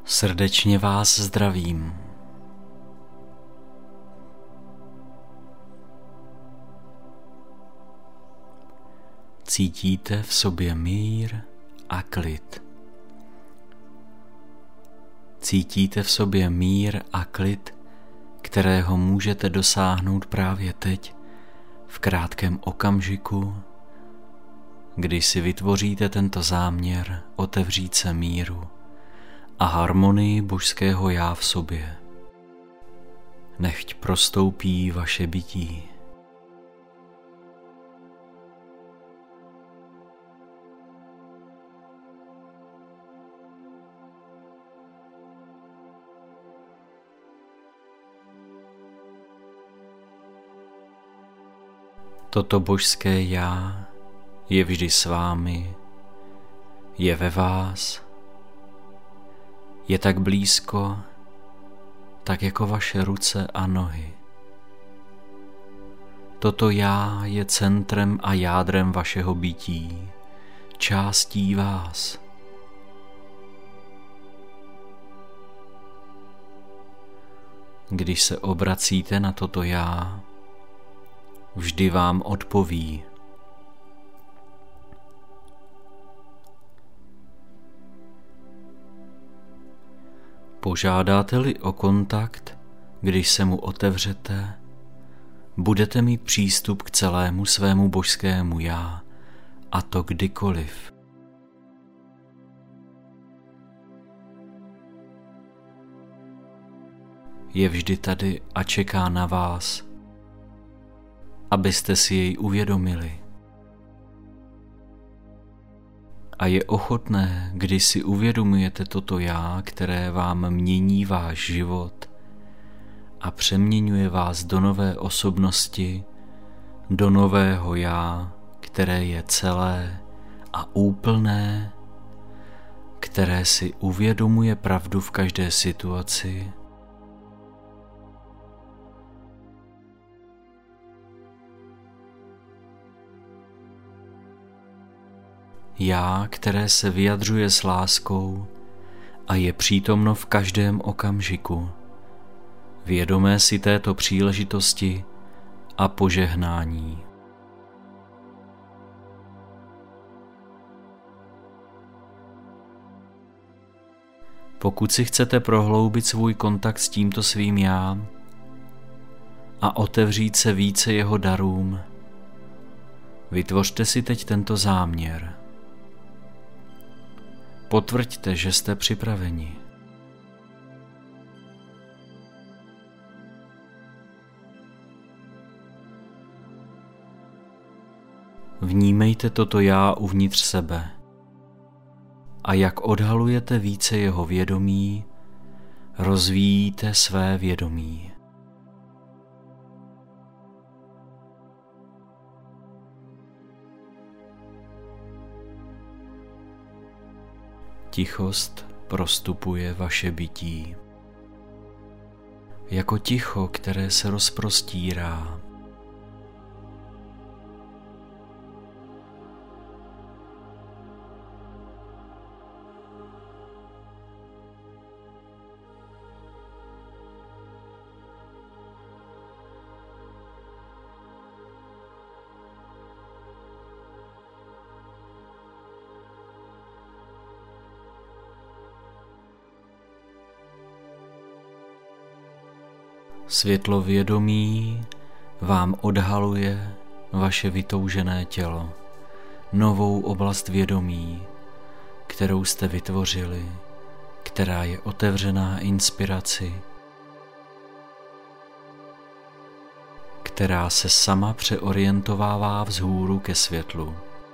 Srdečně vás zdravím. Cítíte v sobě mír a klid. Cítíte v sobě mír a klid, kterého můžete dosáhnout právě teď, v krátkém okamžiku, kdy si vytvoříte tento záměr otevřít se míru a harmonii božského já v sobě. Nechť prostoupí vaše bytí. Toto božské já je vždy s vámi, je ve vás, je tak blízko, tak jako vaše ruce a nohy. Toto já je centrem a jádrem vašeho bytí, částí vás. Když se obracíte na toto já, vždy vám odpoví. Požádáte-li o kontakt, když se mu otevřete, budete mít přístup k celému svému božskému já, a to kdykoliv. Je vždy tady a čeká na vás, abyste si jej uvědomili. A je ochotné, když si uvědomujete toto já, které vám mění váš život a přeměňuje vás do nové osobnosti, do nového já, které je celé a úplné, které si uvědomuje pravdu v každé situaci, já, které se vyjadřuje s láskou a je přítomno v každém okamžiku, vědomé si této příležitosti a požehnání. Pokud si chcete prohloubit svůj kontakt s tímto svým já a otevřít se více jeho darům, vytvořte si teď tento záměr. Potvrďte, že jste připraveni. Vnímejte toto já uvnitř sebe a jak odhalujete více jeho vědomí, rozvíjíte své vědomí. Tichost prostupuje vaše bytí. Jako ticho, které se rozprostírá. Světlo vědomí vám odhaluje vaše vytoužené tělo, novou oblast vědomí, kterou jste vytvořili, která je otevřená inspiraci, která se sama přeorientovává vzhůru ke světlu.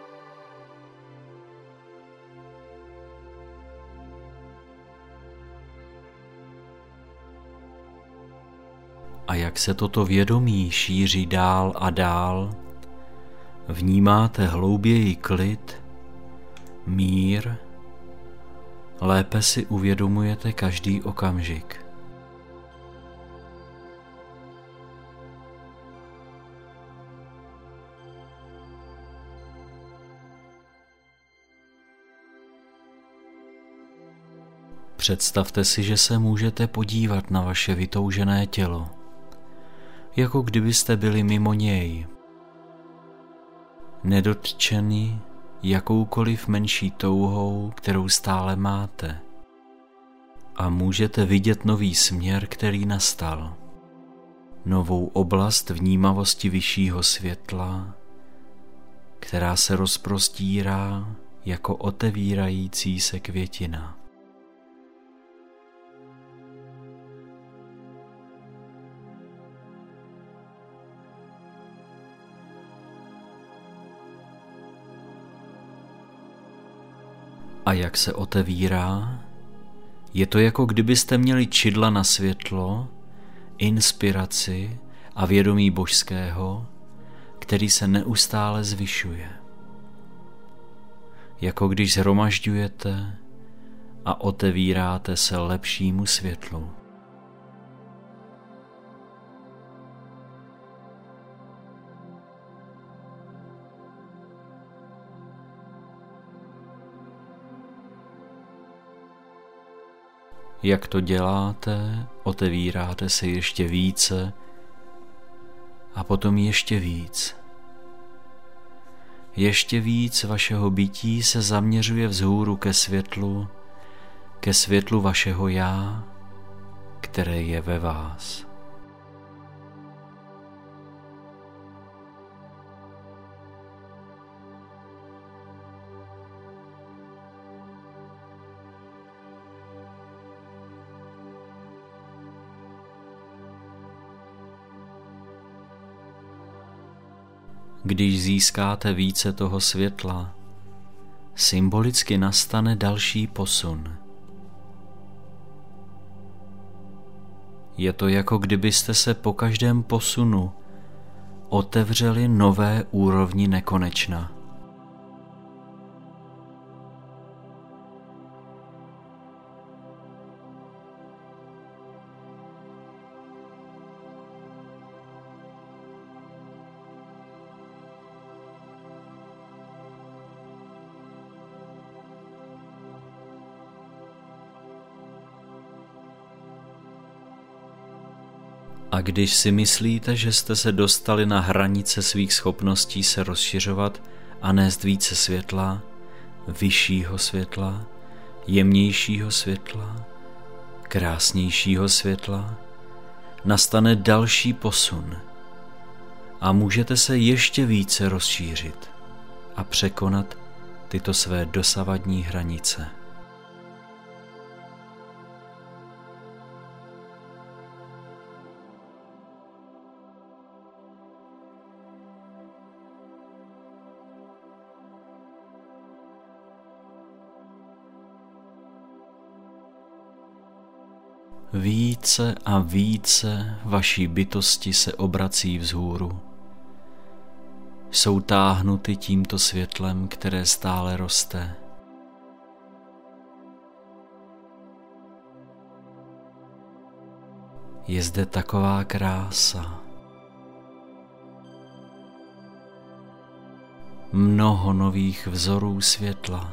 A jak se toto vědomí šíří dál a dál, vnímáte hlouběji klid, mír, lépe si uvědomujete každý okamžik. Představte si, že se můžete podívat na vaše vytoužené tělo, jako kdybyste byli mimo něj, nedotčeni jakoukoliv menší touhou, kterou stále máte. A můžete vidět nový směr, který nastal, novou oblast vnímavosti vyššího světla, která se rozprostírá jako otevírající se květina. A jak se otevírá, je to jako kdybyste měli čidla na světlo, inspiraci a vědomí božského, který se neustále zvyšuje. Jako když shromažďujete a otevíráte se lepšímu světlu. Jak to děláte, otevíráte se ještě více a potom ještě víc. Ještě víc vašeho bytí se zaměřuje vzhůru ke světlu vašeho já, které je ve vás. Když získáte více toho světla, symbolicky nastane další posun. Je to jako kdybyste se po každém posunu otevřeli nové úrovni nekonečna. A když si myslíte, že jste se dostali na hranice svých schopností se rozšiřovat a nést více světla, vyššího světla, jemnějšího světla, krásnějšího světla, nastane další posun a můžete se ještě více rozšířit a překonat tyto své dosavadní hranice. Více a více vaší bytosti se obrací vzhůru. Jsou táhnuty tímto světlem, které stále roste. Je zde taková krása. Mnoho nových vzorů světla.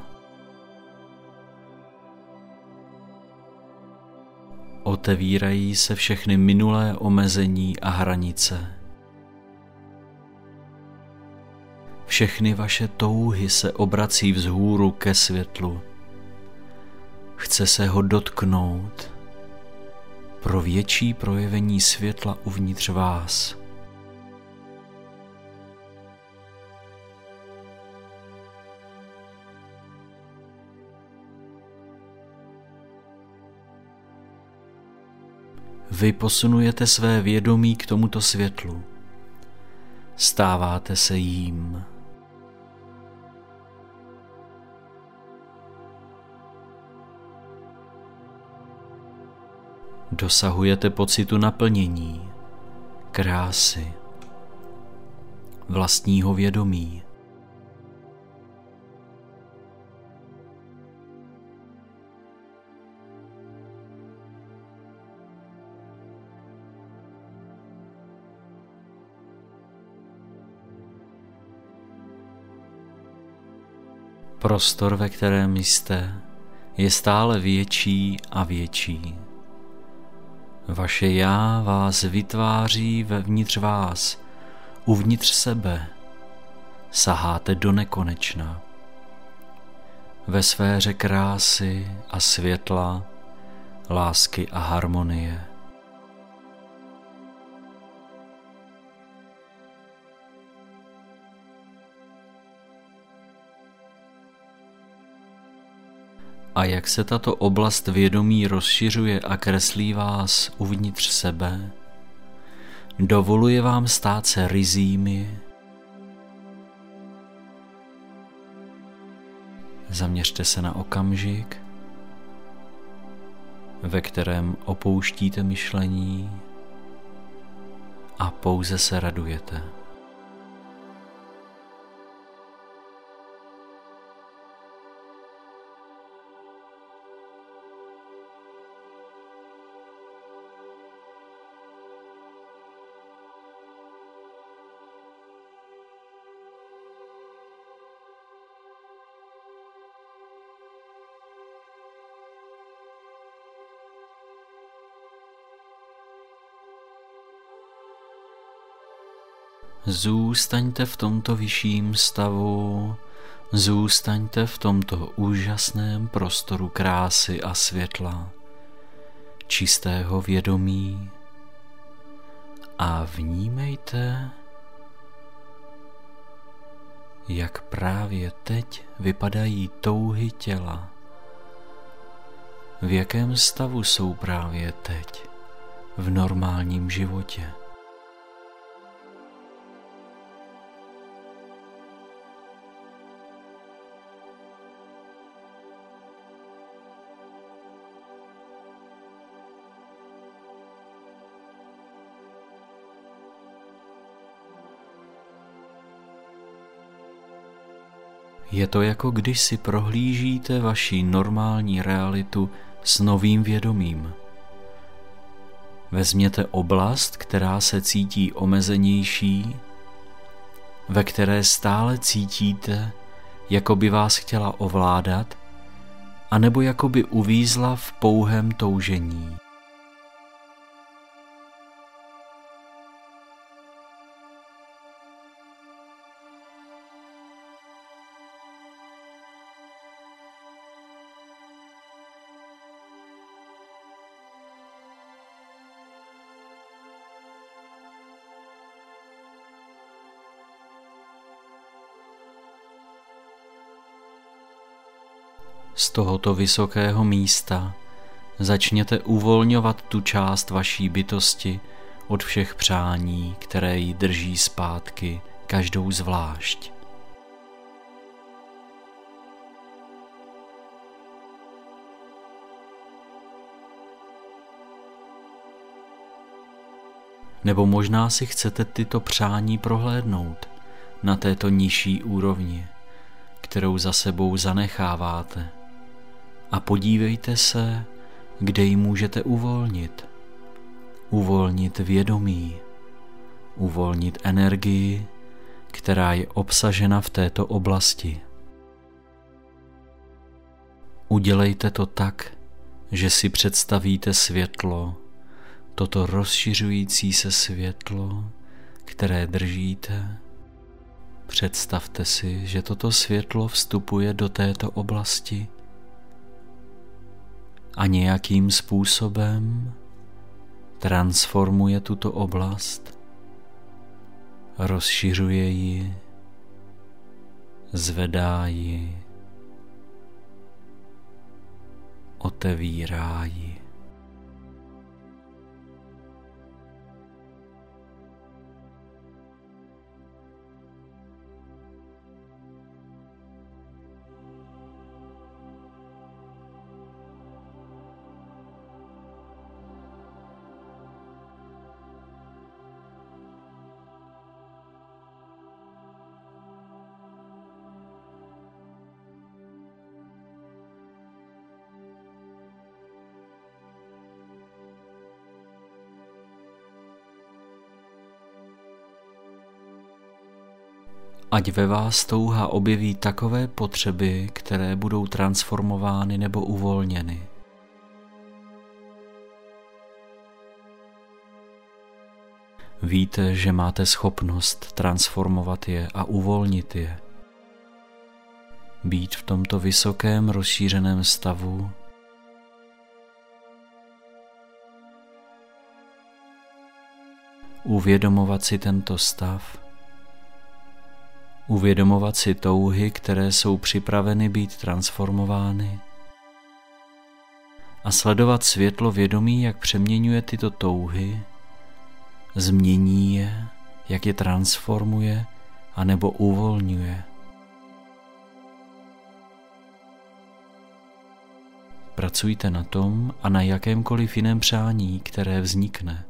Otevírají se všechny minulé omezení a hranice. Všechny vaše touhy se obrací vzhůru ke světlu. Chce se ho dotknout pro větší projevení světla uvnitř vás. Vy posunujete své vědomí k tomuto světlu. Stáváte se jím. Dosahujete pocitu naplnění, krásy, vlastního vědomí. Prostor, ve kterém jste, je stále větší a větší. Vaše já vás vytváří vevnitř vás, uvnitř sebe. Saháte do nekonečna. Ve sféře krásy a světla, lásky a harmonie. A jak se tato oblast vědomí rozšiřuje a kreslí vás uvnitř sebe, dovoluje vám stát se ryzími. Zaměřte se na okamžik, ve kterém opouštíte myšlení a pouze se radujete. Zůstaňte v tomto vyšším stavu, zůstaňte v tomto úžasném prostoru krásy a světla, čistého vědomí a vnímejte, jak právě teď vypadají touhy těla. V jakém stavu jsou právě teď v normálním životě. Je to, jako když si prohlížíte vaši normální realitu s novým vědomím. Vezměte oblast, která se cítí omezenější, ve které stále cítíte, jako by vás chtěla ovládat, anebo jako by uvízla v pouhém toužení. Z tohoto vysokého místa začněte uvolňovat tu část vaší bytosti od všech přání, které ji drží zpátky, každou zvlášť. Nebo možná si chcete tyto přání prohlédnout na této nižší úrovni, kterou za sebou zanecháváte. A podívejte se, kde ji můžete uvolnit. Uvolnit vědomí, uvolnit energii, která je obsažena v této oblasti. Udělejte to tak, že si představíte světlo, toto rozšiřující se světlo, které držíte. Představte si, že toto světlo vstupuje do této oblasti a nějakým způsobem transformuje tuto oblast, rozšiřuje ji, zvedá ji, otevírá ji. ať ve vás touha objeví takové potřeby, které budou transformovány nebo uvolněny. Víte, že máte schopnost transformovat je a uvolnit je. Být v tomto vysokém rozšířeném stavu, uvědomovat si tento stav, uvědomovat si touhy, které jsou připraveny být transformovány a sledovat světlo vědomí, jak přeměňuje tyto touhy, změní je, jak je transformuje anebo uvolňuje. Pracujte na tom a na jakémkoliv jiném přání, které vznikne.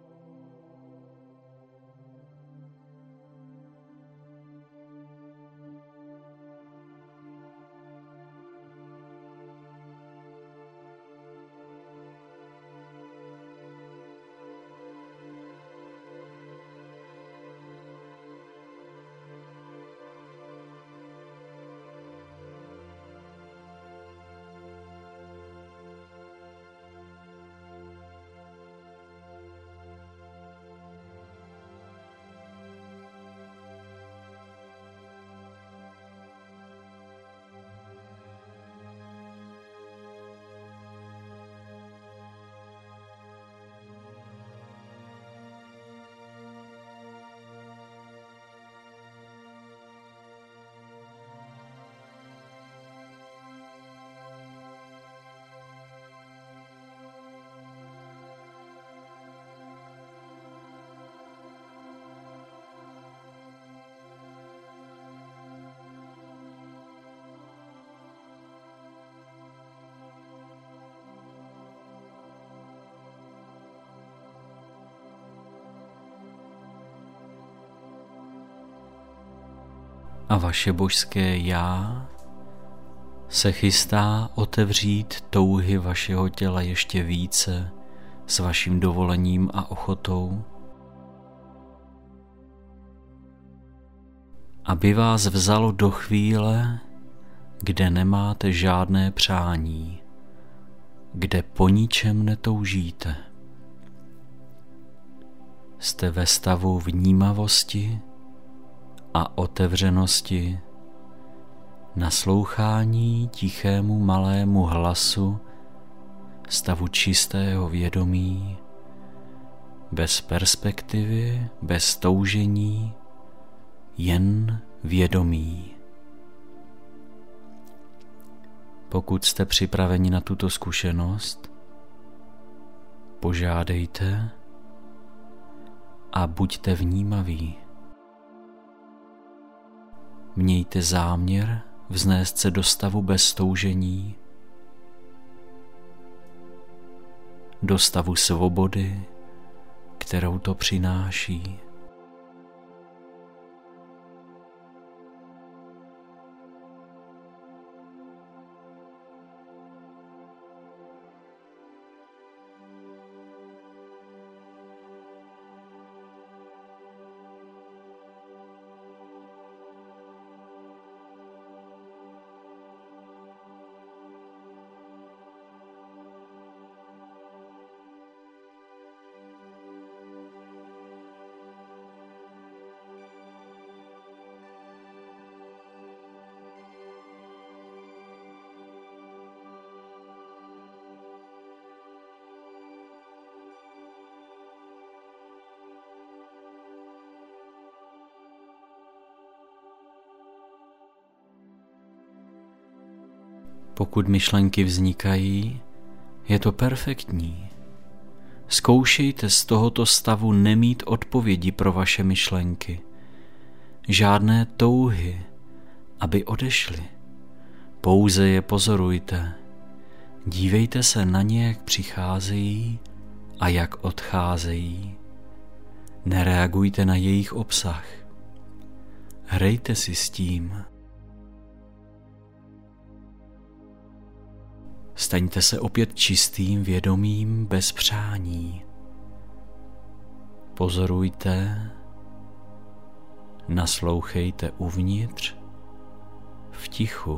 A vaše božské já se chystá otevřít touhy vašeho těla ještě více s vaším dovolením a ochotou, aby vás vzalo do chvíle, kde nemáte žádné přání, kde po ničem netoužíte. Jste ve stavu vnímavosti a otevřenosti, naslouchání tichému malému hlasu, stavu čistého vědomí, bez perspektivy, bez toužení, jen vědomí. Pokud jste připraveni na tuto zkušenost, požádejte a buďte vnímaví. Mějte záměr vznést se do stavu bez toužení, do stavu svobody, kterou to přináší. Pokud myšlenky vznikají, je to perfektní. Zkoušejte z tohoto stavu nemít odpovědi pro vaše myšlenky, žádné touhy, aby odešly. Pouze je pozorujte. Dívejte se na ně, jak přicházejí a jak odcházejí. Nereagujte na jejich obsah. Hrajte si s tím. Staňte se opět čistým vědomím bez přání. Pozorujte, Naslouchejte uvnitř v tichu.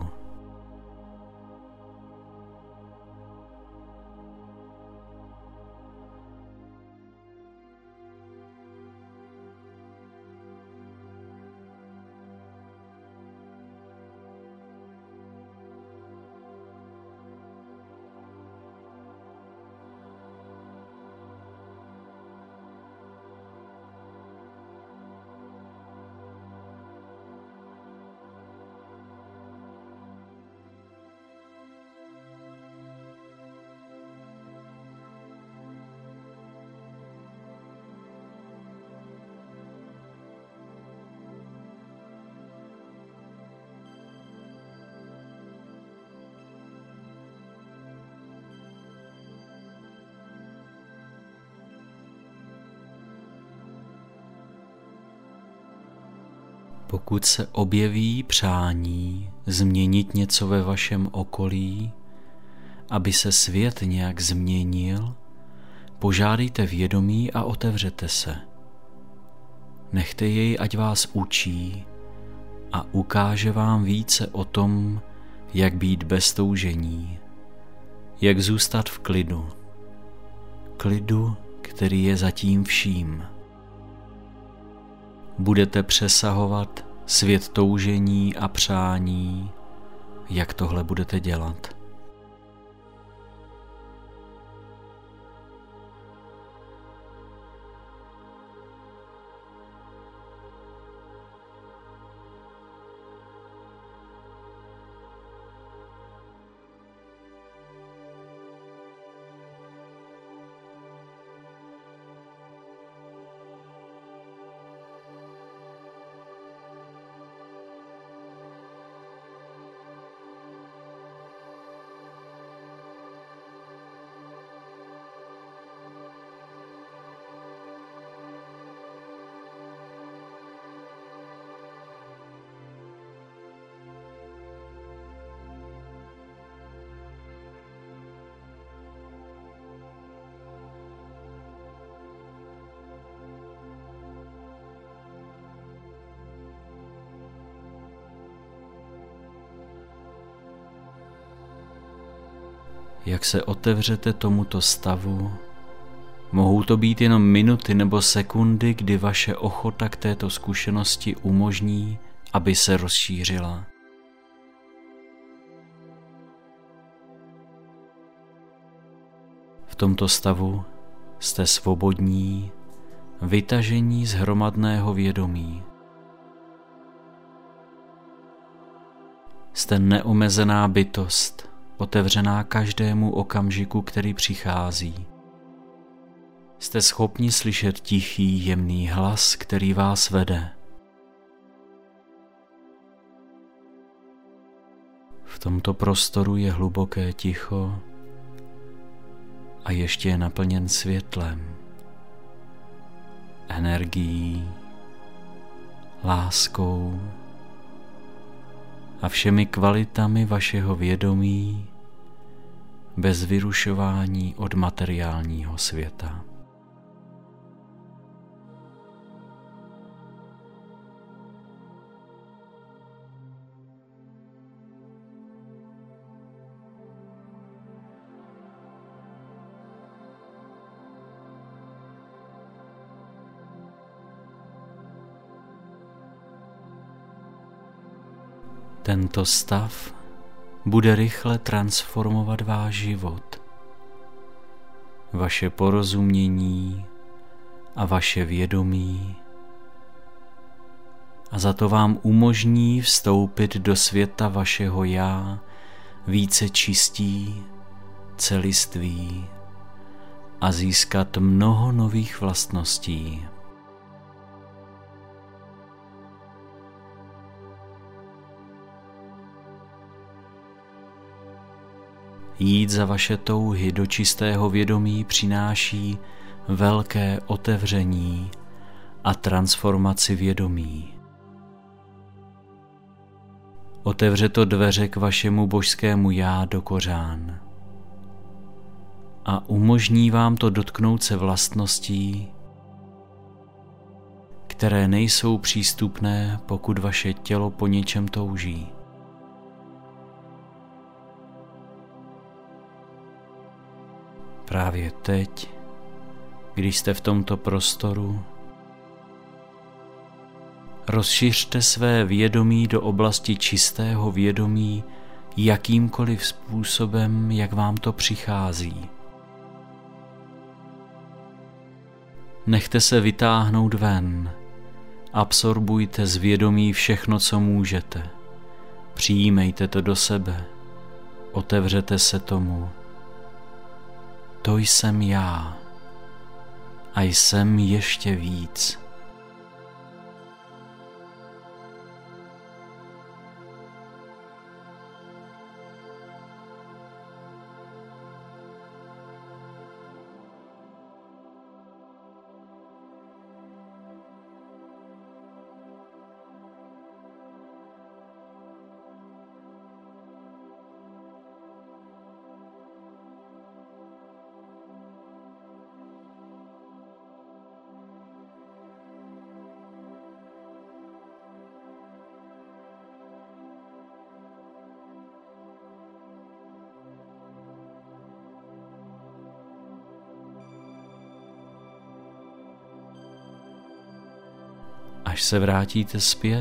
Pokud se objeví přání změnit něco ve vašem okolí, aby se svět nějak změnil, požádejte vědomí a otevřete se. Nechte jej, ať vás učí a ukáže vám více o tom, jak být bez toužení, jak zůstat v klidu. Klidu, který je zatím vším. Budete přesahovat svět toužení a přání, jak tohle budete dělat. Jak se otevřete tomuto stavu, mohou to být jenom minuty nebo sekundy, kdy vaše ochota k této zkušenosti umožní, aby se rozšířila. V tomto stavu jste svobodní, vytažení z hromadného vědomí. Jste neomezená bytost, otevřená každému okamžiku, který přichází. Jste schopni slyšet tichý, jemný hlas, který vás vede. V tomto prostoru je hluboké ticho a ještě je naplněn světlem, energií, láskou a všemi kvalitami vašeho vědomí bez vyrušování od materiálního světa. Tento stav bude rychle transformovat váš život, vaše porozumění a vaše vědomí a za to vám umožní vstoupit do světa vašeho já více čistí, celiství a získat mnoho nových vlastností. Jít za vaše touhy do čistého vědomí přináší velké otevření a transformaci vědomí. Otevře to dveře k vašemu božskému já do kořán a umožní vám to dotknout se vlastností, které nejsou přístupné, pokud vaše tělo po něčem touží. Právě teď, když jste v tomto prostoru, rozšiřte své vědomí do oblasti čistého vědomí jakýmkoliv způsobem, jak vám to přichází. Nechte se vytáhnout ven, absorbujte z vědomí všechno, co můžete. Přijímejte to do sebe, otevřete se tomu. To jsem já a jsem ještě víc. Až se vrátíte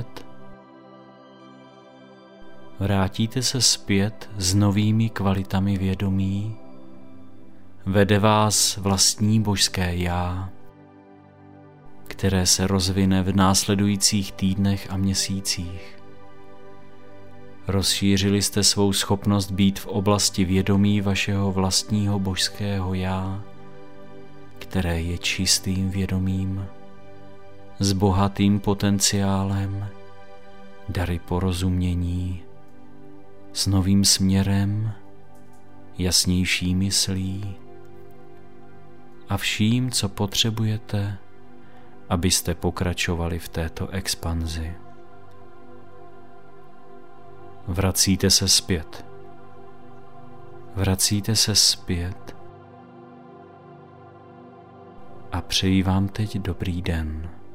se zpět s novými kvalitami vědomí, vede vás vlastní božské já, které se rozvine v následujících týdnech a měsících. Rozšířili jste svou schopnost být v oblasti vědomí vašeho vlastního božského já, které je čistým vědomím, s bohatým potenciálem, dary porozumění, s novým směrem, jasnější myslí a vším, co potřebujete, abyste pokračovali v této expanzi. Vracíte se zpět a přeji vám teď dobrý den.